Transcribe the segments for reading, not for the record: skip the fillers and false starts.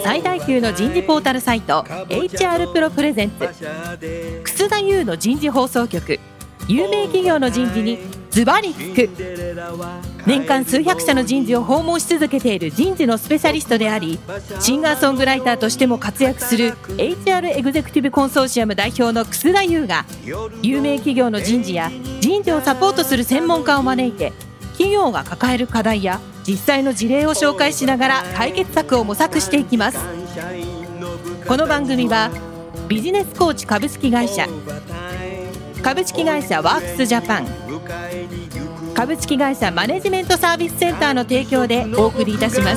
最大級の人事ポータルサイト HR プロプレゼンツ楠田優の人事放送局。有名企業の人事にズバリ聞く。年間数百社の人事を訪問し続けている人事のスペシャリストであり、シンガーソングライターとしても活躍する HR エグゼクティブコンソーシアム代表の楠田優が、有名企業の人事や人事をサポートする専門家を招いて、企業が抱える課題や実際の事例を紹介しながら解決策を模索していきます。この番組はビジネスコーチ株式会社、株式会社ワークスジャパン、株式会社マネジメントサービスセンターの提供でお送りいたします。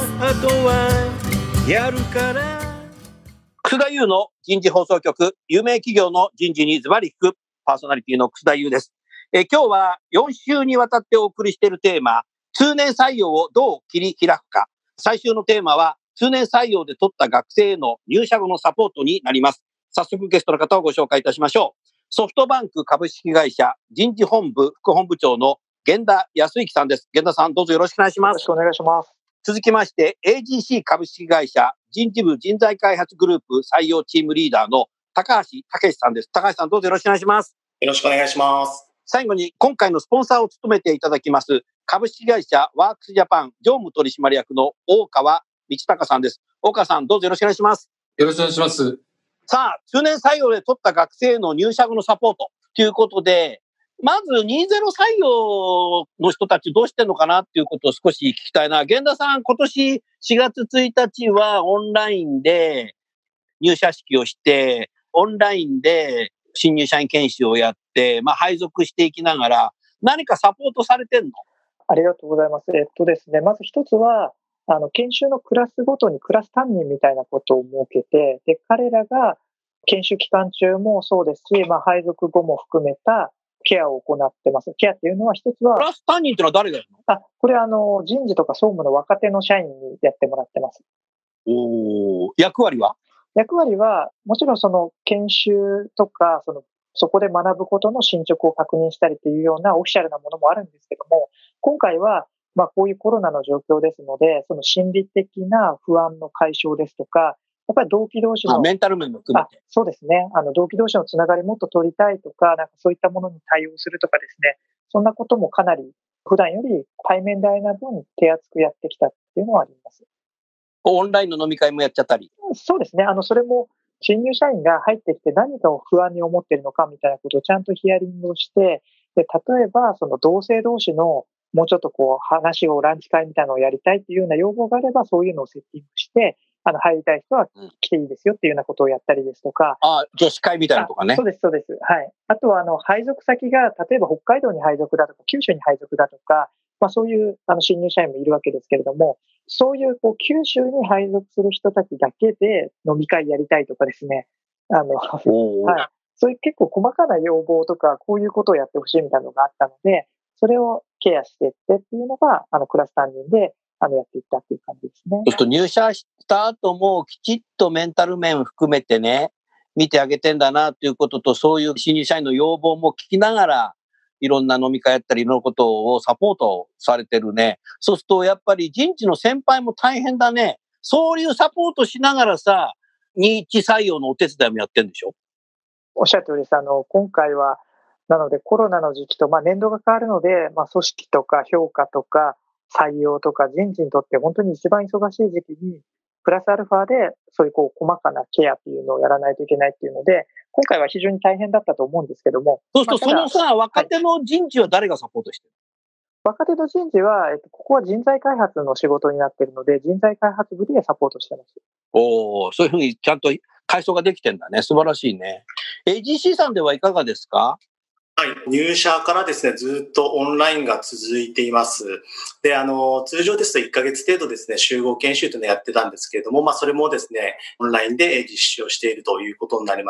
楠田優の人事放送局、有名企業の人事にズバリ聞く、パーソナリティの楠田優です。今日は4週にわたってお送りしているテーマ、通年採用をどう切り開くか。最終のテーマは、通年採用で取った学生への入社後のサポートになります。早速ゲストの方をご紹介いたしましょう。ソフトバンク株式会社人事本部副本部長の源田康之さんです。源田さん、どうぞよろしくお願いします。 よろしくお願いします。 続きまして、AGC 株式会社人事部人材開発グループ採用チームリーダーの高橋武さんです。高橋さん、どうぞよろしくお願いします。 よろしくお願いします。 最後に、今回のスポンサーを務めていただきます株式会社ワークスジャパン常務取締役の大川道隆さんです。大川さん、どうぞよろしくお願いします。 よろしくお願いします。 さあ、通年採用で取った学生への入社後のサポートということで、まず20採用の人たちどうしてんのかなっていうことを少し聞きたいな。源田さん、今年4月1日はオンラインで入社式をして、オンラインで新入社員研修をやって、配属していきながら、何かサポートされてんの？ ありがとうございます。ですね、まず一つは、研修のクラスごとにクラス担任みたいなことを設けて、で、彼らが研修期間中もそうですし、配属後も含めたケアを行ってます。ケアっていうのは一つは、 クラス担任ってのは誰がやるの？ これ人事とか総務の若手の社員にやってもらってます。 役割は？ 役割は、もちろんその研修とか、そこで学ぶことの進捗を確認したりというようなオフィシャルなものもあるんですけども、今回は、こういうコロナの状況ですので、その心理的な不安の解消ですとか、やっぱり同期同士の。 メンタル面も含めて。 そうですね。同期同士のつながりもっと取りたいとか、そういったものに対応するとかですね。そんなこともかなり普段より対面でな分手厚くやってきたっていうのはあります。 オンラインの飲み会もやっちゃったり。 そうですね。それも新入社員が入ってきて何かを不安に思っているのかみたいなことをちゃんとヒアリングをして、で、例えばその同性同士のもうちょっと話をランチ会みたいなのをやりたいっていうような要望があれば、そういうのをセッティングして、入りたい人は来ていいですよっていうようなことをやったりですとか。 女子会みたいなのとかね。 そうです、そうです。はい。あとは、配属先が、例えば北海道に配属だとか、九州に配属だとか、そういう新入社員もいるわけですけれども、そういう九州に配属する人たちだけで飲み会やりたいとかですね。はい。そういう結構細かな要望とか、こういうことをやってほしいみたいなのがあったので、それをケアしていってっていうのが、クラス担任で、やっていったっていう感じですね。 そうすると入社した後もきちっとメンタル面含めてね、見てあげてんだなっていうことと、そういう新入社員の要望も聞きながら、いろんな飲み会やったりいろんなことをサポートされてるね。そうするとやっぱり人事の先輩も大変だね。そういうサポートしながらさ、21採用のお手伝いもやってるんでしょ？ おっしゃる通りです。今回は、なのでコロナの時期と、年度が変わるので、組織とか評価とか採用とか人事にとって本当に一番忙しい時期に、プラスアルファでそういう細かなケアっていうのをやらないといけないっていうので、今回は非常に大変だったと思うんですけども。 そうするとそのさ、若手の人事は誰がサポートしてる？ 若手の人事は、ここは人材開発の仕事になっているので、人材開発部でサポートしてます。 そういうふうにちゃんと階層ができてんだね。素晴らしいね。AGC さんではいかがですか？ はい。入社からですね、ずっとオンラインが続いています。で、通常ですと1ヶ月程度ですね、集合研修というのをやってたんですけれども、それもですね、オンラインで実施をしているということになります。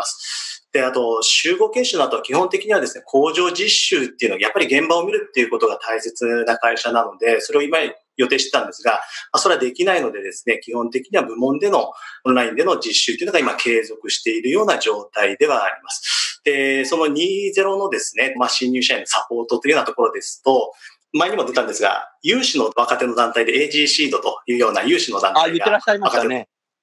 で、あと、集合研修の後は基本的にはですね、工場実習っていうのは、やっぱり現場を見るっていうことが大切な会社なので、それを今予定してたんですが、それはできないのでですね、基本的には部門でのオンラインでの実習というのが今継続しているような状態ではあります。で、その20のですね、新入社員のサポートというようなところですと、前にも出たんですが、有志の若手の団体で AG シードというような有志の団体が。 言ってらっしゃいましたね。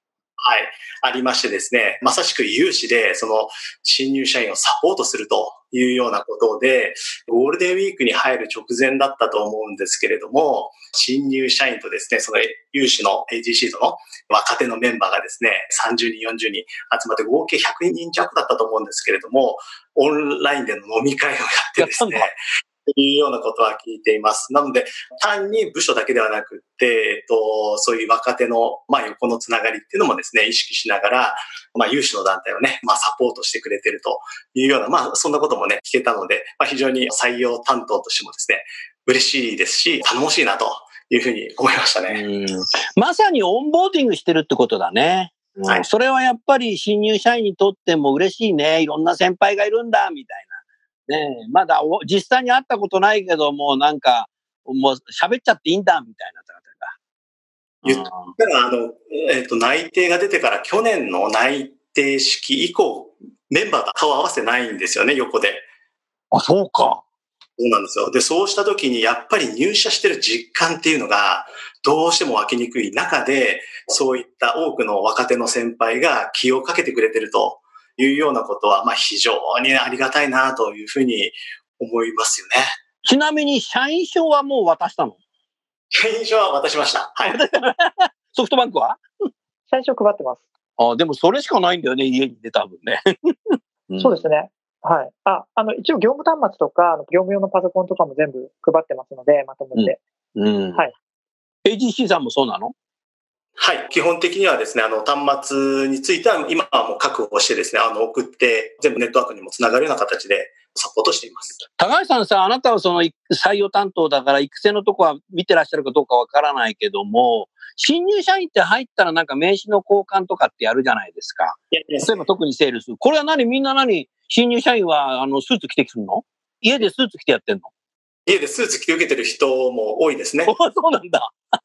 はい、ありましてですね、まさしく有志で、その新入社員をサポートするというようなことで、ゴールデンウィークに入る直前だったと思うんですけれども、新入社員とですね、その有志の AGC との若手のメンバーがですね、30人、40人集まって合計100人弱だったと思うんですけれども、オンラインでの飲み会をやってですね、というようなことは聞いています。なので、単に部署だけではなくって、そういう若手の、横のつながりっていうのもですね、意識しながら、有志の団体をね、サポートしてくれてるというような、そんなこともね、聞けたので、非常に採用担当としてもですね、嬉しいですし、頼もしいなというふうに思いましたね。 まさにオンボーディングしてるってことだね。はい、それはやっぱり新入社員にとっても嬉しいね。いろんな先輩がいるんだ、みたいな。ね、まだ実際に会ったことないけども、なんか、もう喋っちゃっていいんだ、みたいな言ったら、内定が出てから去年の内定式以降、メンバーが顔合わせないんですよね、横で。 あ、そうか。 そうなんですよ。で、そうした時にやっぱり入社してる実感っていうのがどうしても湧きにくい中で、そういった多くの若手の先輩が気をかけてくれてるというようなことは、非常にありがたいなというふうに思いますよね。 ちなみに社員証はもう渡したの？ 社員証は渡しました。はい。 ソフトバンクは？ 社員証配ってます。 あ、でもそれしかないんだよね、家に出た分ね。 そうですね。はい。一応業務端末とか、業務用のパソコンとかも全部配ってますので、まとめて。はい。 AGC さんもそうなの？ はい。基本的にはですね、端末については今はもう確保してですね、送って全部ネットワークにもつながるような形でサポートしています。 高橋さんさ、あなたはその採用担当だから育成のとこは見てらっしゃるかどうかわからないけども、新入社員って入ったらなんか名刺の交換とかってやるじゃないですか。例えば特にセールス。これはみんな新入社員はスーツ着てくるの？家でスーツ着てやってんの？ 家でスーツ着て受けてる人も多いですね。 そうなんだ。 はい。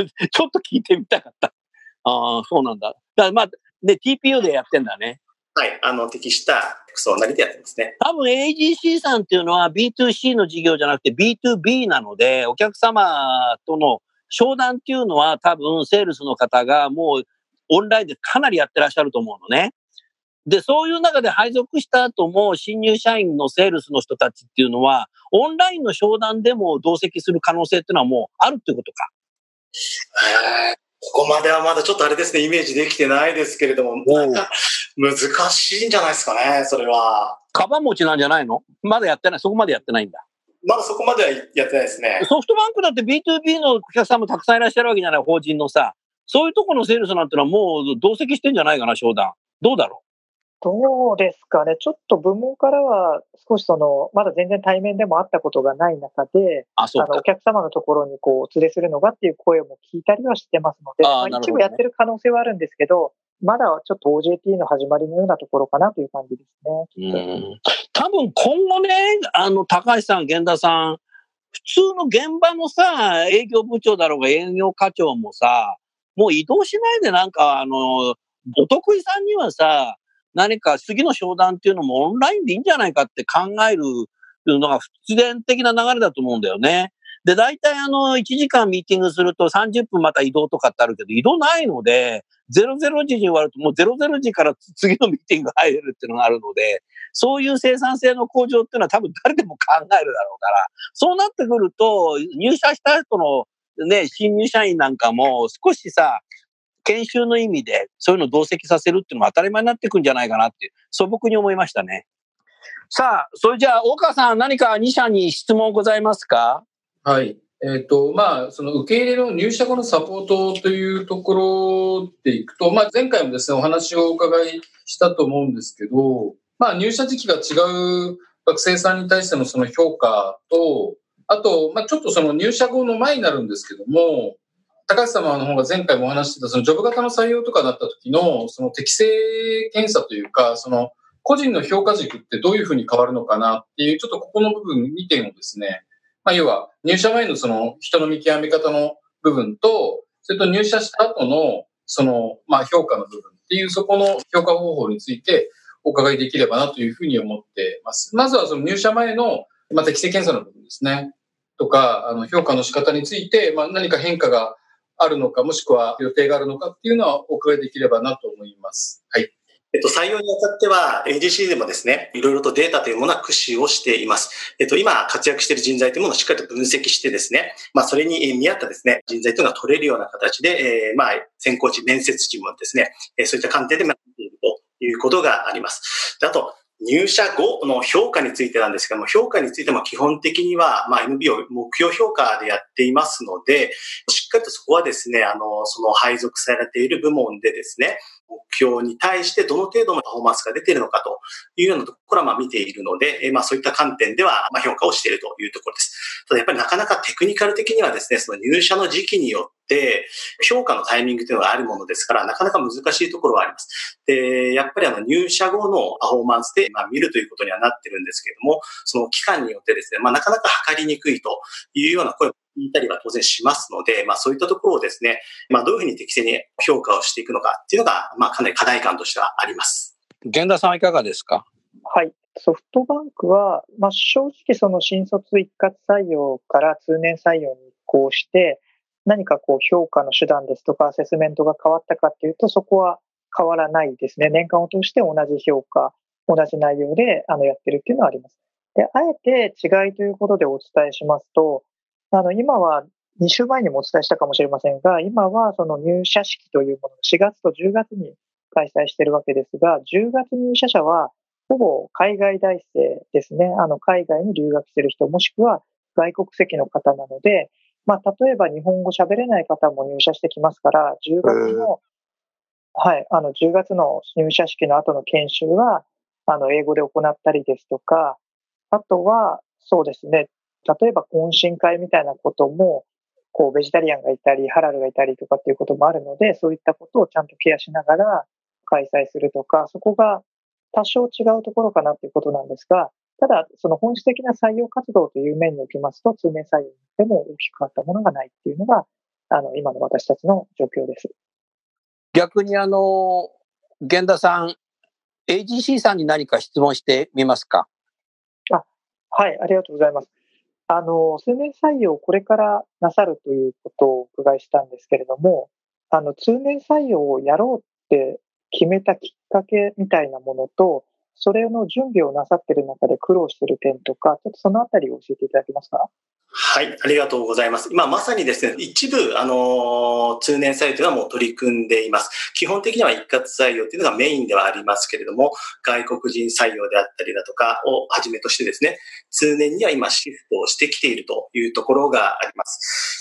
ちょっと聞いてみたかった。ああ、そうなんだ。だからTPO でやってんだね。 はい。適した服装なりでやってますね。 多分 AGC さんっていうのは B2C の事業じゃなくて B2B なので、お客様との商談っていうのは多分セールスの方がもうオンラインでかなりやってらっしゃると思うのね。で、そういう中で配属した後も新入社員のセールスの人たちっていうのは、オンラインの商談でも同席する可能性っていうのはもうあるってことか。 ここまではまだちょっとあれですね、イメージできてないですけれども、なんか難しいんじゃないですかね、それは。 カバン持ちなんじゃないの？まだやってない、そこまでやってないんだ。 まだそこまではやってないですね。 ソフトバンクだって B2B のお客さんもたくさんいらっしゃるわけじゃない、法人のさ。そういうところのセールスなんてのはもう同席してんじゃないかな、商談。どうだろう？ どうですかね。ちょっと部門からは少しまだ全然対面でも会ったことがない中で、お客様のところにお連れするのがっていう声も聞いたりはしてますので、一部やってる可能性はあるんですけど、まだちょっと OJT の始まりのようなところかなという感じですね。 多分今後ね、高橋さん、源田さん、普通の現場のさ、営業部長だろうが営業課長もさ、もう移動しないでお得意さんにはさ、何か次の商談っていうのもオンラインでいいんじゃないかって考えるのが必然的な流れだと思うんだよね。で、大体1時間ミーティングすると30分また移動とかってあるけど、移動ないので、00時に終わるともう00時から次のミーティング入れるっていうのがあるので、そういう生産性の向上っていうのは多分誰でも考えるだろうから、そうなってくると、入社した後のね、新入社員なんかも少しさ、研修の意味でそういうのを同席させるっていうのも当たり前になっていくんじゃないかなって素朴に思いましたね。さあ、それじゃあ大川さん、何か2社に質問ございますか？ はい。その受け入れの入社後のサポートというところでいくと、前回もですね、お話をお伺いしたと思うんですけど、入社時期が違う学生さんに対してのその評価と、あと、ちょっとその入社後の前になるんですけども、高橋様の方が前回もお話してたそのジョブ型の採用とかだった時のその適正検査というか、その個人の評価軸ってどういうふうに変わるのかなっていう、ちょっとここの部分2点をですね、要は入社前のその人の見極め方の部分と、それと入社した後のその評価の部分っていう、そこの評価方法についてお伺いできればなというふうに思ってます。まずはその入社前の適正検査の部分ですね。とか、評価の仕方について、何か変化があるのか、もしくは予定があるのかっていうのはお伺いできればなと思います。はい。 採用にあたっては、AGC でもですね、いろいろとデータというものは駆使をしています。今活躍している人材というものをしっかりと分析してですね、それに見合ったですね、人材というのが取れるような形で、選考時、面接時もですね、そういった観点で見ているということがあります。で、あと、入社後の評価についてなんですが、評価についても基本的には、MBO 目標評価でやっていますので、しっかりとそこはですね、その配属されている部門でですね、目標に対してどの程度のパフォーマンスが出ているのかというようなところは見ているので、そういった観点では評価をしているというところです。ただやっぱりなかなかテクニカル的にはですね、その入社の時期によって評価のタイミングというのがあるものですから、なかなか難しいところはあります。で、やっぱり入社後のパフォーマンスで見るということにはなってるんですけれども、その期間によってですね、なかなか測りにくいというような声を聞いたりは当然しますので、そういったところをですね、どういうふうに適正に評価をしていくのかっていうのが、かなり課題感としてはあります。 源田さんはいかがですか？ はい。ソフトバンクは、正直その新卒一括採用から通年採用に移行して、何か評価の手段ですとかアセスメントが変わったかっていうと、そこは変わらないですね。年間を通して同じ評価、同じ内容でやってるっていうのはあります。で、あえて違いということでお伝えしますと、今は2週前にもお伝えしたかもしれませんが、今はその入社式というものを4月と10月に開催しているわけですが、10月入社者はほぼ海外大生ですね。海外に留学している人、もしくは外国籍の方なので、例えば日本語喋れない方も入社してきますから、10月の入社式の後の研修は、英語で行ったりですとか、あとは、そうですね、例えば懇親会みたいなことも、ベジタリアンがいたり、ハラルがいたりとかっていうこともあるので、そういったことをちゃんとケアしながら開催するとか、そこが多少違うところかなっていうことなんですが、ただ、その本質的な採用活動という面におきますと、通年採用でも大きく変わったものがないっていうのが、今の私たちの状況です。 逆に源田さん、AGC さんに何か質問してみますか？ はい、ありがとうございます。通年採用をこれからなさるということをお伺いしたんですけれども、通年採用をやろうって決めたきっかけみたいなものと、それの準備をなさっている中で苦労している点とか、ちょっとそのあたりを教えていただけますか？ はい、ありがとうございます。今まさにですね、一部、通年採用というのはもう取り組んでいます。基本的には一括採用というのがメインではありますけれども、外国人採用であったりだとかをはじめとしてですね、通年には今シフトをしてきているというところがあります。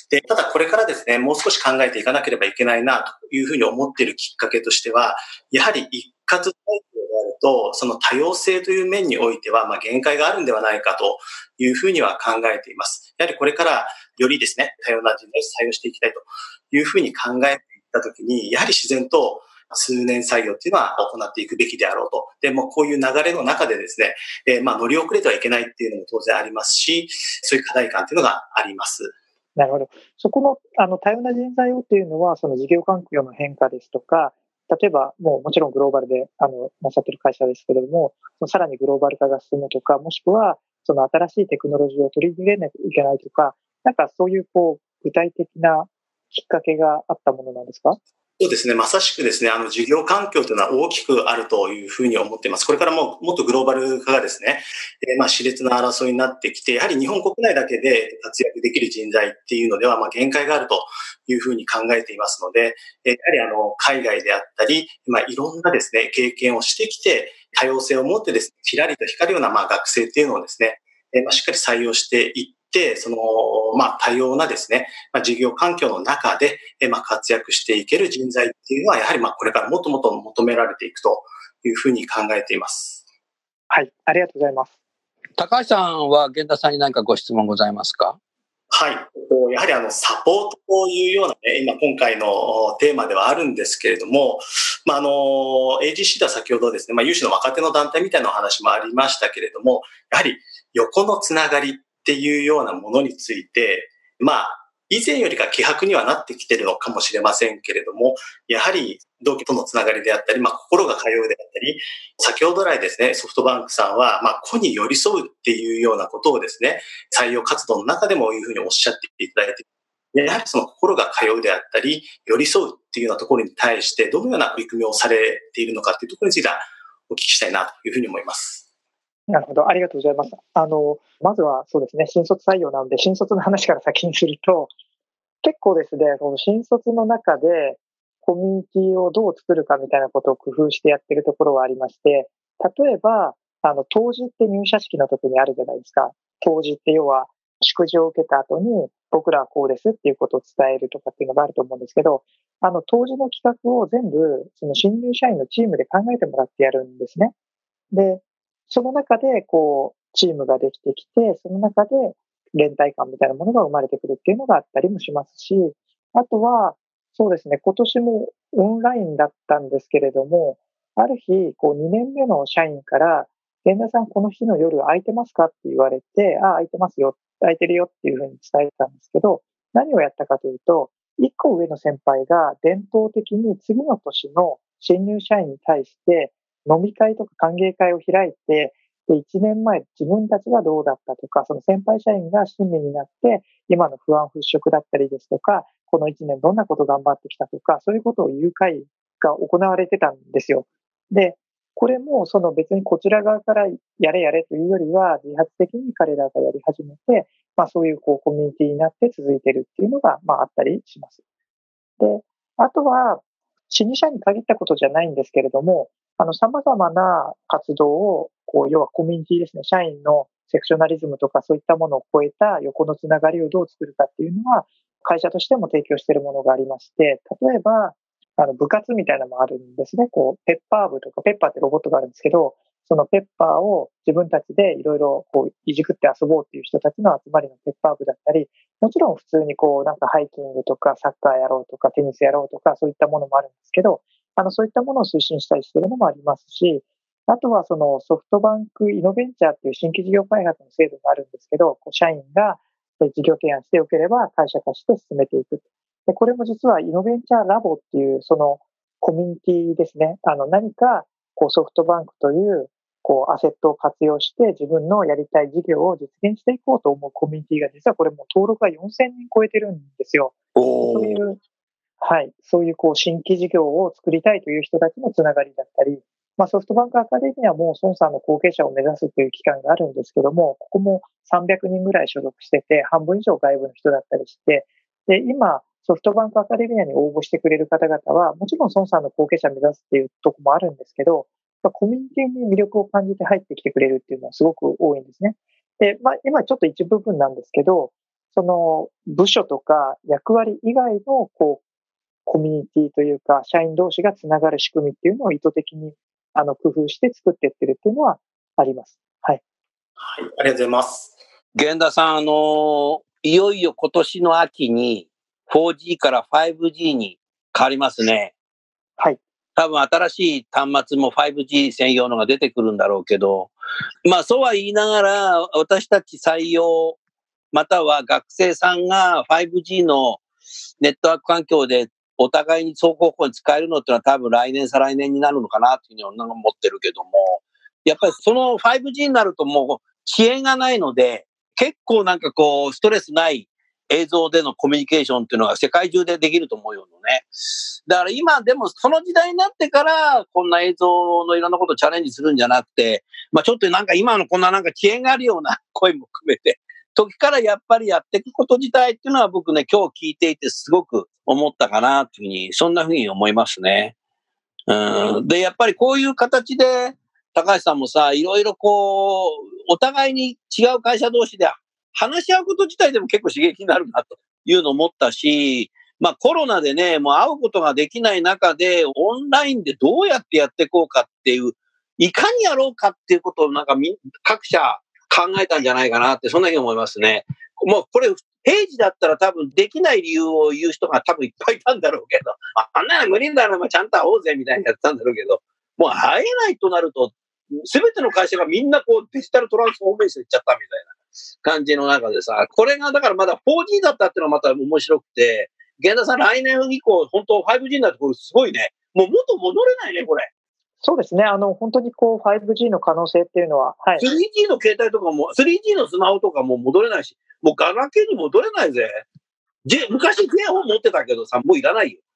で、ただこれからですね、もう少し考えていかなければいけないなというふうに思っているきっかけとしては、やはり一括採用であると、その多様性という面においては、限界があるんではないかというふうには考えています。やはりこれからよりですね、多様な人材を採用していきたいというふうに考えていったときに、やはり自然と数年採用っていうのは行っていくべきであろうと。で、もうこういう流れの中でですね、乗り遅れてはいけないっていうのも当然ありますし、そういう課題感っていうのがあります。 なるほど。そこの、多様な人材をっていうのは、その事業環境の変化ですとか、例えば、もちろんグローバルで、なさってる会社ですけれども、さらにグローバル化が進むとか、もしくは、その新しいテクノロジーを取り入れなきゃいけないとか、なんかそういう具体的なきっかけがあったものなんですか？ そうですね。まさしくですね、事業環境というのは大きくあるというふうに思っています。これからもっとグローバル化がですね、熾烈な争いになってきて、やはり日本国内だけで活躍できる人材っていうのでは、限界があるというふうに考えていますので、やはり海外であったり、いろんなですね、経験をしてきて、多様性を持ってですね、キラリと光るような学生っていうのをですね、しっかり採用していって、その、多様なですね、事業環境の中で、活躍していける人材っていうのは、やはりこれからもっともっと求められていくというふうに考えています。 はい、ありがとうございます。 高橋さんは源田さんに何かご質問ございますか？ はい。やはりサポートというようなね、今回のテーマではあるんですけれども、AGC では先ほどですね、有志の若手の団体みたいなお話もありましたけれども、やはり横のつながりっていうようなものについて、以前よりか希薄にはなってきているのかもしれませんけれども、やはり同期とのつながりであったり、心が通うであったり、先ほど来ですね、ソフトバンクさんは、個に寄り添うっていうようなことをですね、採用活動の中でもいうふうにおっしゃっていただいているやはりその心が通うであったり、寄り添うっていうようなところに対して、どのような取り組みをされているのかっていうところについてはお聞きしたいなというふうに思います。 なるほど。ありがとうございます。まずはそうですね、新卒採用なので、新卒の話から先にすると、結構ですね、この新卒の中でコミュニティをどう作るかみたいなことを工夫してやってるところはありまして、例えば、答辞って入社式の時にあるじゃないですか。答辞って要は、祝辞を受けた後に、僕らはこうですっていうことを伝えるとかっていうのがあると思うんですけど、答辞の企画を全部、その新入社員のチームで考えてもらってやるんですね。で、その中で、チームができてきて、その中で連帯感みたいなものが生まれてくるっていうのがあったりもしますし、あとは、そうですね、今年もオンラインだったんですけれども、ある日、2年目の社員から、源田さん、この日の夜空いてますかって言われて、空いてますよ、空いてるよっていうふうに伝えたんですけど、何をやったかというと、1個上の先輩が伝統的に次の年の新入社員に対して飲み会とか歓迎会を開いて、で、1年前自分たちがどうだったとか、その先輩社員が親身になって、今の不安払拭だったりですとか、この1年どんなこと頑張ってきたとか、そういうことを言う会が行われてたんですよ。で、これもその別にこちら側からやれやれというよりは、自発的に彼らがやり始めて、そういうコミュニティになって続いているっていうのが、あったりします。で、あとは、新入社員に限ったことじゃないんですけれども、様々な活動を、要はコミュニティですね、社員のセクショナリズムとかそういったものを超えた横のつながりをどう作るかっていうのは、会社としても提供しているものがありまして、例えば、部活みたいなのもあるんですね。ペッパー部とか、ペッパーってロボットがあるんですけど、そのペッパーを自分たちでいろいろいじくって遊ぼうっていう人たちの集まりのペッパー部だったり、もちろん普通になんかハイキングとかサッカーやろうとかテニスやろうとかそういったものもあるんですけど、そういったものを推進したりしているのもありますし、あとはそのソフトバンクイノベンチャーっていう新規事業開発の制度があるんですけど、社員が事業提案してよければ会社化して進めていく。で、これも実はイノベンチャーラボっていうそのコミュニティですね。何かソフトバンクというアセットを活用して自分のやりたい事業を実現していこうと思うコミュニティが実はこれも登録が4000人超えてるんですよ。そういう、はい、そういう新規事業を作りたいという人たちのつながりだったり、ソフトバンクアカデミアも孫さんの後継者を目指すという機関があるんですけども、ここも300人ぐらい所属してて、半分以上外部の人だったりして、で、今、ソフトバンクアカデミアに応募してくれる方々は、もちろん孫さんの後継者を目指すっていうところもあるんですけど、コミュニティに魅力を感じて入ってきてくれるっていうのはすごく多いんですね。で、今ちょっと一部分なんですけど、その部署とか役割以外のコミュニティというか、社員同士がつながる仕組みっていうのを意図的に工夫して作っていってるっていうのはあります。はい。 はい、ありがとうございます。 源田さん、いよいよ今年の秋に 4G から 5G に変わりますね。 はい。 多分新しい端末も 5G 専用のが出てくるんだろうけど、そうは言いながら私たち採用または学生さんが 5G のネットワーク環境でお互いに双方向に使えるのってのは多分来年再来年になるのかなっていうふうに思ってるけども、やっぱりその 5G になるともう遅延がないので結構なんかストレスない映像でのコミュニケーションっていうのが世界中でできると思うよね。だから今でもその時代になってからこんな映像のいろんなことをチャレンジするんじゃなくて、ちょっとなんか今のこんななんか遅延があるような声も含めて時からやっぱりやっていくこと自体っていうのは僕ね今日聞いていてすごく思ったかなっていうふうにそんなふうに思いますね。でやっぱりこういう形で高橋さんもさいろいろお互いに違う会社同士で話し合うこと自体でも結構刺激になるなというのを思ったし、コロナでね、もう会うことができない中で、オンラインでどうやってやっていこうかっていう、いかにやろうかっていうことをなんか各社考えたんじゃないかなって、そんなふうに思いますね。もうこれ、平時だったら多分できない理由を言う人が多分いっぱいいたんだろうけど、あんなの無理だな、ちゃんと会おうぜみたいなやってたんだろうけど、もう会えないとなると、すべての会社がみんなデジタルトランスフォーメーションいっちゃったみたいな感じの中でさ、これがだからまだ 4G だったっていうのはまた面白くて、源田さん来年以降、本当 5G になるところすごいね。もう元戻れないね、これ。 そうですね。本当に5G の可能性っていうのは、はい。 3G の携帯とかも、3G のスマホとかも戻れないし、もうガラケーに戻れないぜ。 昔 J 本持ってたけどさ、もういらないよ。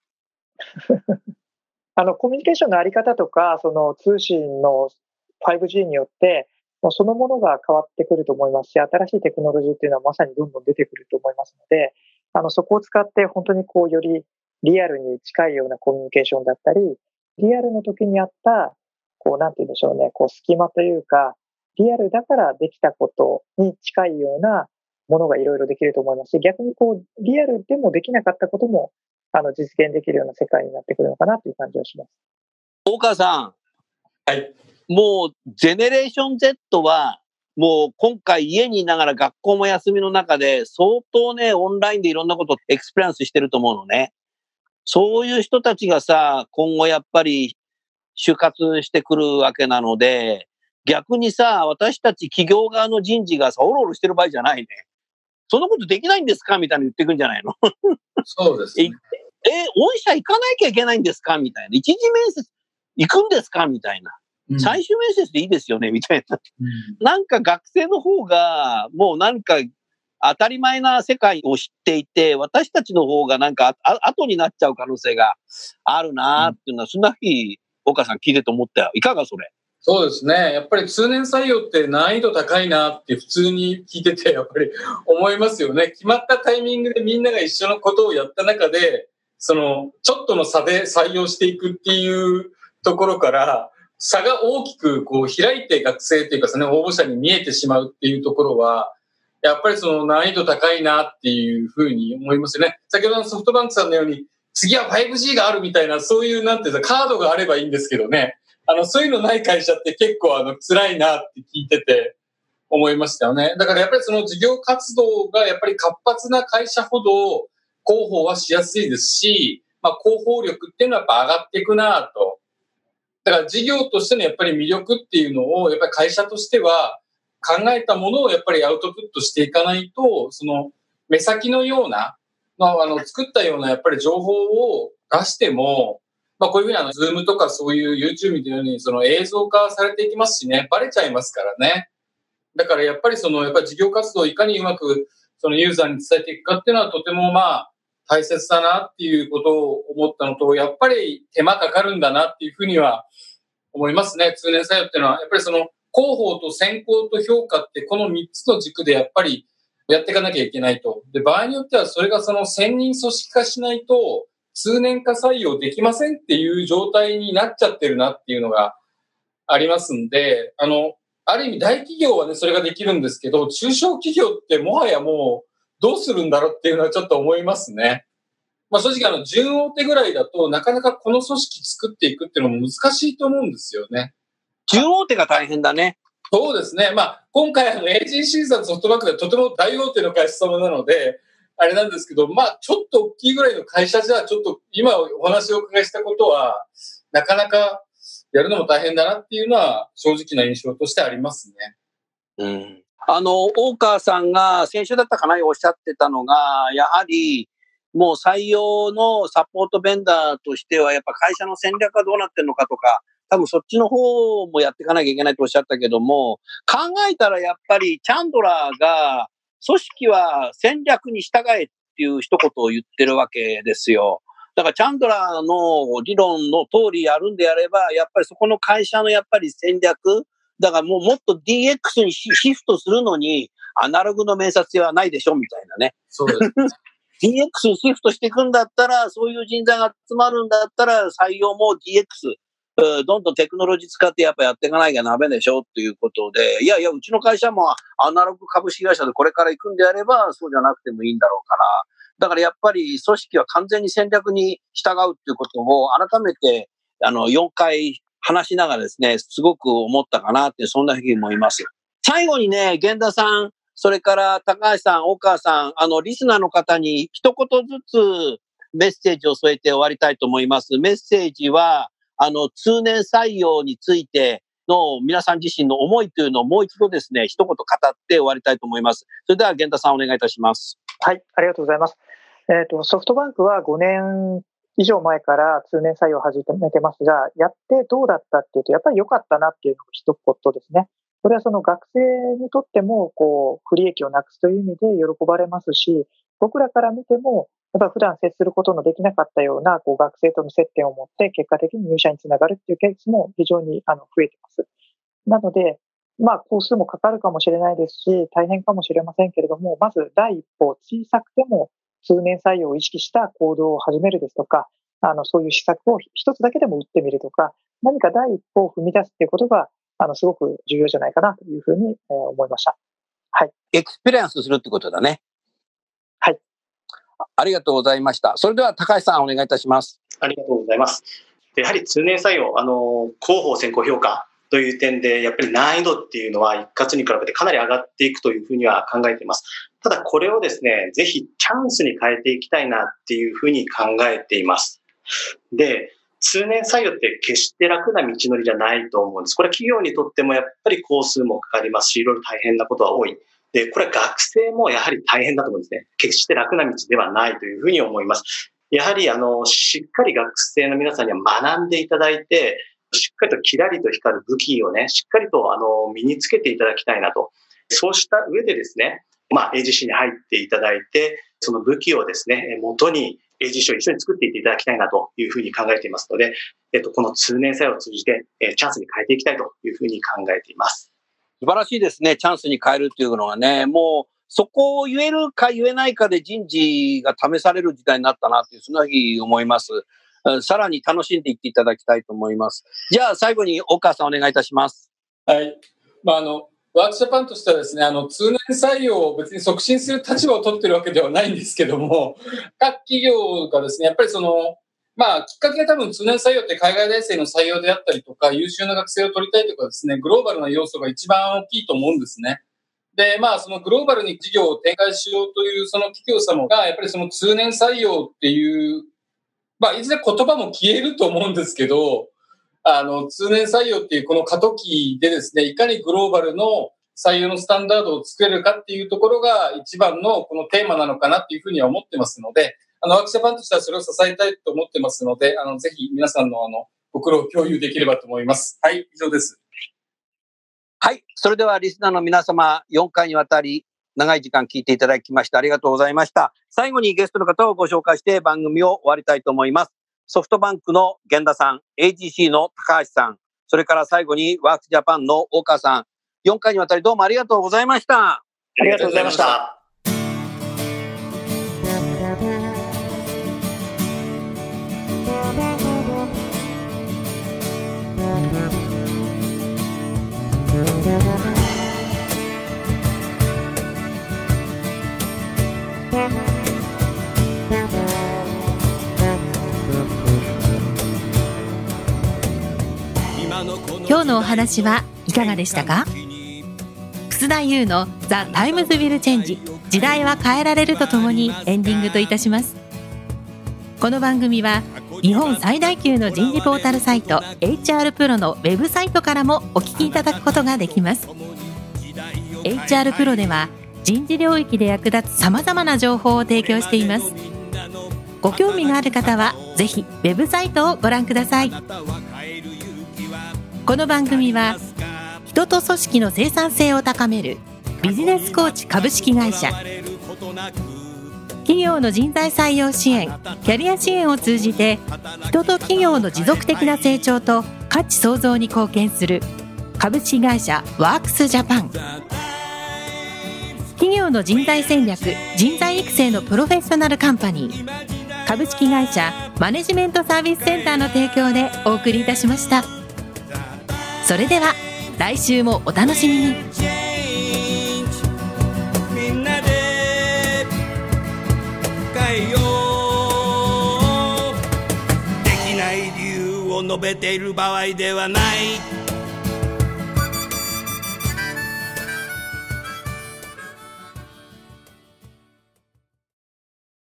コミュニケーションのあり方とか、その通信の 5G によって、もうそのものが変わってくると思いますし、新しいテクノロジーっていうのはまさにどんどん出てくると思いますので、そこを使って本当によりリアルに近いようなコミュニケーションだったり、リアルの時にあった、なんて言うんでしょうね、隙間というか、リアルだからできたことに近いようなものがいろいろできると思いますし、逆にリアルでもできなかったことも、実現できるような世界になってくるのかなという感じがします。 大川さん。 はい。 もう、ジェネレーション Z は、もう今回家にいながら学校も休みの中で相当ね、オンラインでいろんなことエクスペリエンスしてると思うのね。そういう人たちがさ、今後やっぱり就活してくるわけなので、逆にさ、私たち企業側の人事がさ、おろおろしてる場合じゃないね。そんなことできないんですかみたいな言ってくんじゃないの。 そうですね。 御社行かなきゃいけないんですかみたいな。一次面接行くんですかみたいな。最終面接でいいですよねみたいな。なんか学生の方が、もうなんか当たり前な世界を知っていて、私たちの方がなんか後になっちゃう可能性があるなっていうのは、そんなふうに岡さん聞いてて思ったよ。いかがそれ？ そうですね。やっぱり通年採用って難易度高いなって普通に聞いててやっぱり思いますよね。決まったタイミングでみんなが一緒のことをやった中で、ちょっとの差で採用していくっていうところから、差が大きく開いて学生というか応募者に見えてしまうっていうところは、やっぱり難易度高いなっていうふうに思いますよね。先ほどのソフトバンクさんのように、次は 5G があるみたいな、そういうなんていうかカードがあればいいんですけどね。そういうのない会社って結構辛いなって聞いてて思いましたよね。だからやっぱり事業活動がやっぱり活発な会社ほど広報はしやすいですし、広報力っていうのはやっぱ上がっていくなと。だから事業としてのやっぱり魅力っていうのをやっぱり会社としては考えたものをやっぱりアウトプットしていかないと、目先のような、作ったようなやっぱり情報を出しても、こういうふうにズームとかそういう YouTube みたいなように映像化されていきますしね、バレちゃいますからね。だからやっぱりやっぱり事業活動をいかにうまくユーザーに伝えていくかっていうのはとても大切だなっていうことを思ったのと、やっぱり手間かかるんだなっていうふうには思いますね。通年採用っていうのは、やっぱり広報と選考と評価ってこの3つの軸でやっぱりやっていかなきゃいけないと。で、場合によってはそれが専任組織化しないと通年化採用できませんっていう状態になっちゃってるなっていうのがありますんで、ある意味大企業はね、それができるんですけど、中小企業ってもはやもうどうするんだろうっていうのはちょっと思いますね。正直準大手ぐらいだとなかなかこの組織作っていくっていうのも難しいと思うんですよね。 準大手が大変だね。 そうですね。今回AGC さんソフトバンクでとても大大手の会社様なので、あれなんですけど、ちょっと大きいぐらいの会社じゃ、ちょっと今お話をお伺いしたことは、なかなかやるのも大変だなっていうのは正直な印象としてありますね。 大川さんが先週だったかなおっしゃってたのが、やはりもう採用のサポートベンダーとしてはやっぱ会社の戦略がどうなってるのかとか、多分そっちの方もやっていかなきゃいけないとおっしゃったけども、考えたらやっぱりチャンドラーが組織は戦略に従えっていう一言を言ってるわけですよ。だからチャンドラーの理論の通りやるんであれば、やっぱりそこの会社のやっぱり戦略、だからもっと DX にシフトするのにアナログの面接はないでしょみたいなね。 そうです。 DX にシフトしていくんだったら、そういう人材が集まるんだったら、採用も DX、どんどんテクノロジー使ってやっぱやっていかなきゃダメでしょっていうことで、いやいや、うちの会社もアナログ株式会社でこれから行くんであれば、そうじゃなくてもいいんだろうから、だからやっぱり組織は完全に戦略に従うっていうことを改めて、4回話しながらですね、すごく思ったかなって、そんなふうに思います。最後にね、源田さん、それから高橋さん、大川さん、リスナーの方に一言ずつメッセージを添えて終わりたいと思います。メッセージは、通年採用についての皆さん自身の思いというのをもう一度ですね、一言語って終わりたいと思います。それでは源田さんお願いいたします。 はい、ありがとうございます。ソフトバンクは5年以上前から通年採用を始めてますが、やってどうだったっていうと、やっぱり良かったなっていうのが一言ですね。これはその学生にとっても不利益をなくすという意味で喜ばれますし、 僕らから見ても、やっぱ普段接することのできなかったような学生との接点を持って結果的に入社につながるっていうケースも非常に増えています。なので、工数もかかるかもしれないですし、大変かもしれませんけれども、まず第一歩、小さくても通年採用を意識した行動を始めるですとか、そういう施策を一つだけでも打ってみるとか、何か第一歩を踏み出すということが、すごく重要じゃないかなというふうに思いました。はい。 エクスペリエンスするってことだね。 はい。 ありがとうございました。それでは高橋さんお願いいたします。 ありがとうございます。やはり通年採用、広報先行評価という点で、やっぱり難易度っていうのは一括に比べてかなり上がっていくというふうには考えています。ただこれをですね、ぜひチャンスに変えていきたいなっていうふうに考えています。で、通年採用って決して楽な道のりじゃないと思うんです。これは企業にとってもやっぱり工数もかかりますし、いろいろ大変なことは多い。で、これは学生もやはり大変だと思うんですね。決して楽な道ではないというふうに思います。やはりしっかり学生の皆さんには学んでいただいて、しっかりとキラリと光る武器をね、しっかりと身につけていただきたいなと。そうした上でですね、AGC に入っていただいて、その武器をですね、元にAGC を一緒に作っていっていただきたいなというふうに考えていますので、この通年採用を通じて、チャンスに変えていきたいというふうに考えています。 素晴らしいですね。チャンスに変えるっていうのはね、もうそこを言えるか言えないかで人事が試される時代になったなという、そのように思います。さらに楽しんでいっていただきたいと思います。じゃあ最後に大川さんお願いいたします。 はい。ワークジャパンとしてはですね、通年採用を別に促進する立場を取っているわけではないんですけども、各企業がですね、やっぱりきっかけが多分通年採用って海外大生の採用であったりとか、優秀な学生を取りたいとかですね、グローバルな要素が一番大きいと思うんですね。で、そのグローバルに事業を展開しようというその企業様が、やっぱりその通年採用っていう、いずれ言葉も消えると思うんですけど、通年採用っていうこの過渡期でですね、いかにグローバルの採用のスタンダードを作れるかっていうところが一番のこのテーマなのかなっていうふうには思ってますので、ワークジャパンとしてはそれを支えたいと思ってますので、ぜひ皆さんのご苦労を共有できればと思います。はい、以上です。 はい、それではリスナーの皆様、4回にわたり長い時間聞いていただきましてありがとうございました。最後にゲストの方をご紹介して番組を終わりたいと思います。ソフトバンクの源田さん、AGC の高橋さん、それから最後にワークジャパンの大川さん、4回にわたりどうもありがとうございました。 ありがとうございました。 今日のお話はいかがでしたか？楠田優の The Times Will Change 時代は変えられるとともにエンディングといたします。この番組は日本最大級の人事ポータルサイト HR プロのウェブサイトからもお聞きいただくことができます。 HR プロでは人事領域で役立つさまざまな情報を提供しています。ご興味がある方はぜひウェブサイトをご覧ください。この番組は人と組織の生産性を高めるビジネスコーチ株式会社、企業の人材採用支援、キャリア支援を通じて人と企業の持続的な成長と価値創造に貢献する株式会社ワークスジャパン、企業の人材戦略、人材育成のプロフェッショナルカンパニー株式会社マネジメントサービスセンターの提供でお送りいたしました。それでは来週もお楽しみに。 みんなで変えよう。できない理由を述べている場合ではない。